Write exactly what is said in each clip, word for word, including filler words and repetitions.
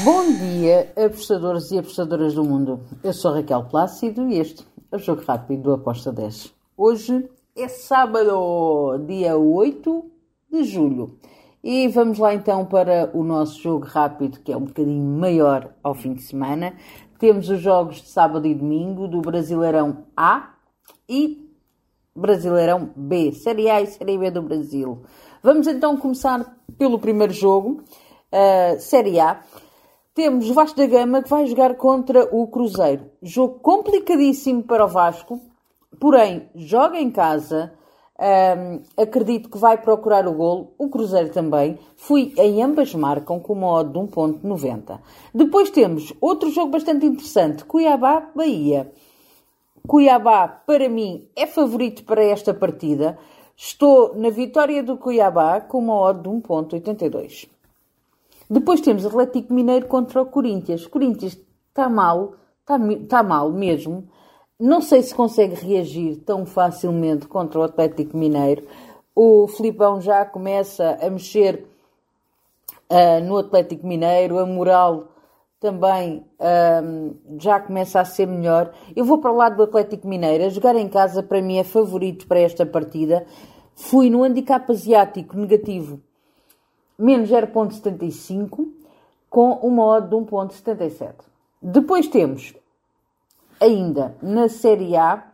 Bom dia, apostadores e apostadoras do mundo. Eu sou Raquel Plácido e este é o Jogo Rápido do Aposta dez. Hoje é sábado, dia oito de julho. E vamos lá então para o nosso Jogo Rápido, que é um bocadinho maior ao fim de semana. Temos os jogos de sábado e domingo do Brasileirão A e Brasileirão B, Série A e Série B do Brasil. Vamos então começar pelo primeiro jogo, uh, Série A. Temos o Vasco da Gama que vai jogar contra o Cruzeiro. Jogo complicadíssimo para o Vasco, porém joga em casa. Um, acredito que vai procurar o golo. O Cruzeiro também. Fui em ambas marcam com uma odd de um ponto noventa. Depois temos outro jogo bastante interessante, Cuiabá-Bahia. Cuiabá, para mim, é favorito para esta partida. Estou na vitória do Cuiabá com uma odd de um ponto oitenta e dois. Depois temos Atlético Mineiro contra o Corinthians. Corinthians está mal, está, está mal mesmo. Não sei se consegue reagir tão facilmente contra o Atlético Mineiro. O Filipão já começa a mexer uh, no Atlético Mineiro. A moral também uh, já começa a ser melhor. Eu vou para o lado do Atlético Mineiro. A jogar em casa, para mim, é favorito para esta partida. Fui no handicap asiático negativo, menos zero ponto setenta e cinco, com uma odd de um ponto setenta e sete. Depois temos ainda na Série A,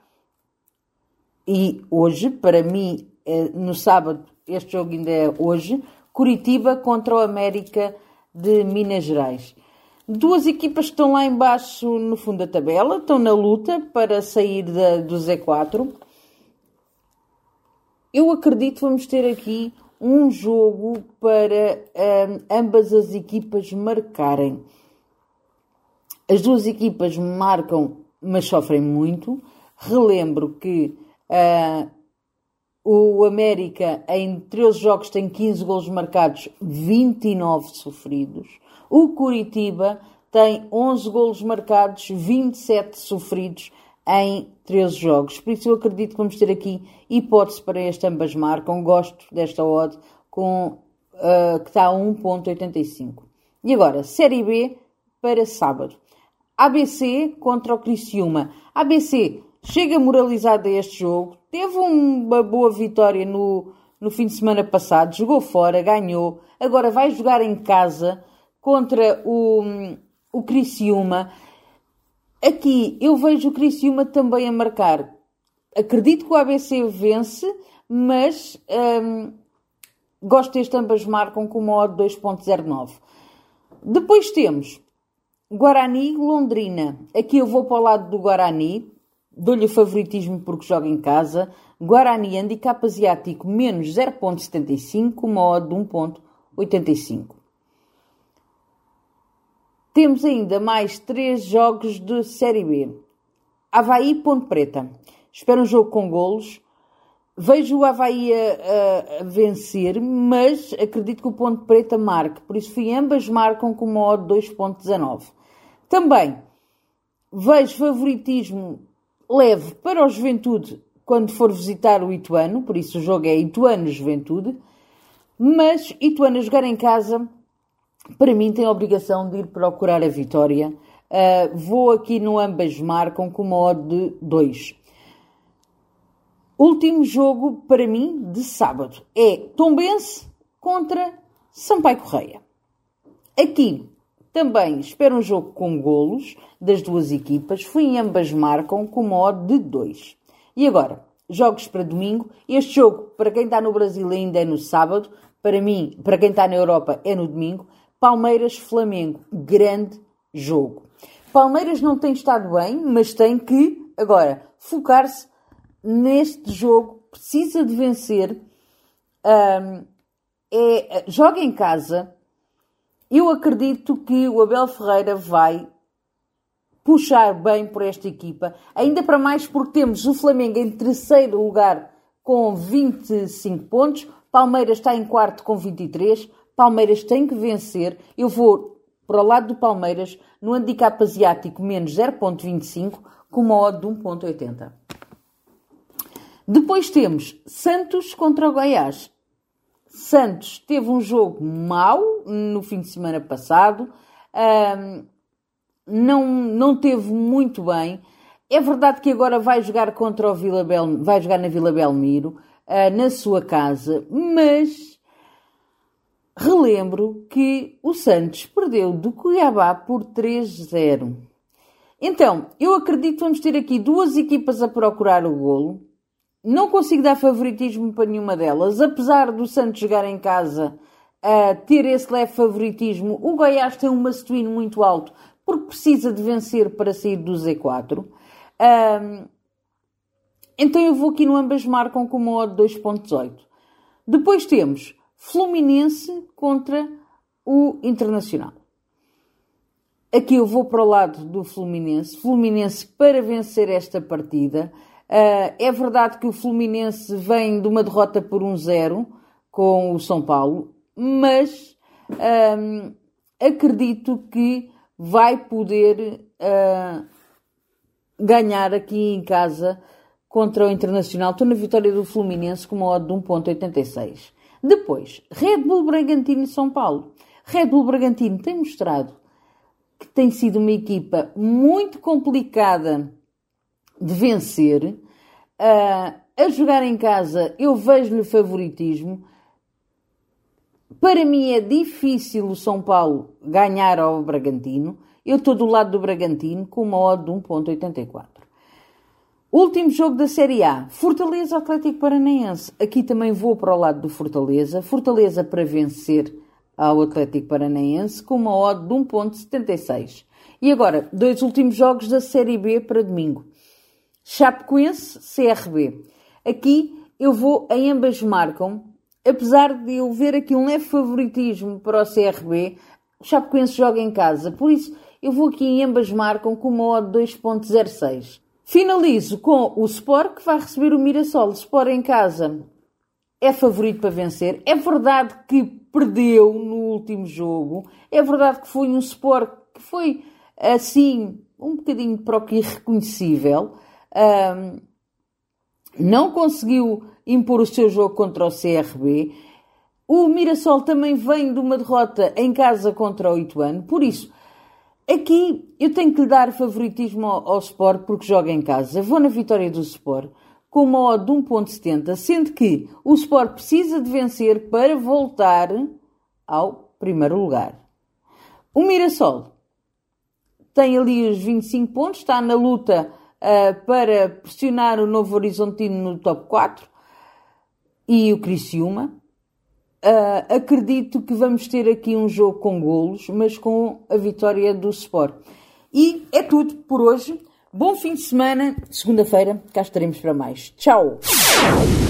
e hoje, para mim, no sábado, este jogo ainda é hoje, Curitiba contra o América de Minas Gerais. Duas equipas que estão lá em baixo no fundo da tabela, estão na luta para sair da, do Z quatro. Eu acredito que vamos ter aqui um jogo para um, ambas as equipas marcarem. As duas equipas marcam, mas sofrem muito. Relembro que uh, o América em treze jogos tem quinze golos marcados, vinte e nove sofridos. O Curitiba tem onze golos marcados, vinte e sete sofridos em treze jogos. Por isso eu acredito que vamos ter aqui hipótese para este ambas marcam. Gosto desta odd com, uh, que está a um ponto oitenta e cinco. E agora, Série B para sábado. A B C contra o Criciúma. A B C chega moralizada a este jogo. Teve uma boa vitória no, no fim de semana passado. Jogou fora, ganhou. Agora vai jogar em casa contra o, o Criciúma. Aqui eu vejo o Criciúma também a marcar. Acredito que o A B C vence, mas hum, gosto deste ambas marcam com uma odd dois ponto zero nove. Depois temos Guarani Londrina. Aqui eu vou para o lado do Guarani. Dou-lhe favoritismo porque joga em casa. Guarani handicap asiático menos zero ponto setenta e cinco, uma odd de um ponto oitenta e cinco. Temos ainda mais três jogos de Série B. Avaí Ponte Preta. Espero um jogo com golos. Vejo o Avaí a, a, a vencer, mas acredito que o Ponte Preta marque. Por isso fui ambas marcam com uma odd dois ponto dezanove. Também vejo favoritismo leve para o Juventude quando for visitar o Ituano. Por isso o jogo é Ituano-Juventude. Mas Ituano a jogar em casa, para mim, tem a obrigação de ir procurar a vitória. Uh, vou aqui no ambas marcam com uma odd de dois. Último jogo, para mim, de sábado. É Tombense contra Sampaio Correia. Aqui, também, espero um jogo com golos das duas equipas. Fui em ambas marcam com uma odd de dois. E agora, jogos para domingo. Este jogo, para quem está no Brasil, ainda é no sábado. Para mim, para quem está na Europa, é no domingo. Palmeiras-Flamengo, grande jogo. Palmeiras não tem estado bem, mas tem que, agora, focar-se neste jogo. Precisa de vencer. Um, é, joga em casa. Eu acredito que o Abel Ferreira vai puxar bem por esta equipa. Ainda para mais porque temos o Flamengo em terceiro lugar com vinte e cinco pontos. Palmeiras está em quarto com vinte e três. Palmeiras tem que vencer. Eu vou para o lado do Palmeiras no handicap asiático menos zero ponto vinte e cinco com uma odd de um ponto oitenta. Depois temos Santos contra o Goiás. Santos teve um jogo mau no fim de semana passado. Uh, não, não teve muito bem. É verdade que agora vai jogar contra o Vila Bel, vai jogar na Vila Belmiro, uh, na sua casa, mas relembro que o Santos perdeu do Cuiabá por três a zero. Então, eu acredito que vamos ter aqui duas equipas a procurar o golo. Não consigo dar favoritismo para nenhuma delas, apesar do Santos jogar em casa, uh, ter esse leve favoritismo. O Goiás tem um must-win muito alto, porque precisa de vencer para sair do Z quatro. Um, então eu vou aqui no ambas marcam com uma odd dois ponto dezoito. Depois temos Fluminense contra o Internacional. Aqui eu vou para o lado do Fluminense. Fluminense para vencer esta partida. Uh, é verdade que o Fluminense vem de uma derrota por um zero com o São Paulo, mas um, acredito que vai poder uh, ganhar aqui em casa contra o Internacional. Estou na vitória do Fluminense com uma odd de um ponto oitenta e seis. Depois, Red Bull Bragantino e São Paulo. Red Bull Bragantino tem mostrado que tem sido uma equipa muito complicada de vencer. Uh, a jogar em casa, eu vejo-lhe favoritismo. Para mim é difícil o São Paulo ganhar ao Bragantino. Eu estou do lado do Bragantino com uma odd de um ponto oitenta e quatro. Último jogo da Série A. Fortaleza Atlético Paranaense. Aqui também vou para o lado do Fortaleza. Fortaleza para vencer ao Atlético Paranaense com uma odd de um ponto setenta e seis. E agora, dois últimos jogos da Série B para domingo. Chapecoense, C R B. Aqui eu vou em ambas marcam. Apesar de eu ver aqui um leve favoritismo para o C R B, o Chapecoense joga em casa. Por isso, eu vou aqui em ambas marcam com uma odd de dois ponto zero seis. Finalizo com o Sport, que vai receber o Mirassol. O Sport em casa é favorito para vencer. É verdade que perdeu no último jogo. É verdade que foi um Sport que foi, assim, um bocadinho para o que irreconhecível. Um, não conseguiu impor o seu jogo contra o C R B. O Mirassol também vem de uma derrota em casa contra o Ituano. Por isso, aqui eu tenho que lhe dar favoritismo ao, ao Sport porque joga em casa. Vou na vitória do Sport com uma odd de um ponto setenta, sendo que o Sport precisa de vencer para voltar ao primeiro lugar. O Mirassol tem ali os vinte e cinco pontos, está na luta uh, para pressionar o Novo Horizontino no top quatro e o Criciúma. Uh, acredito que vamos ter aqui um jogo com golos, mas com a vitória do Sport. E é tudo por hoje. Bom fim de semana. Segunda-feira cá estaremos para mais. Tchau!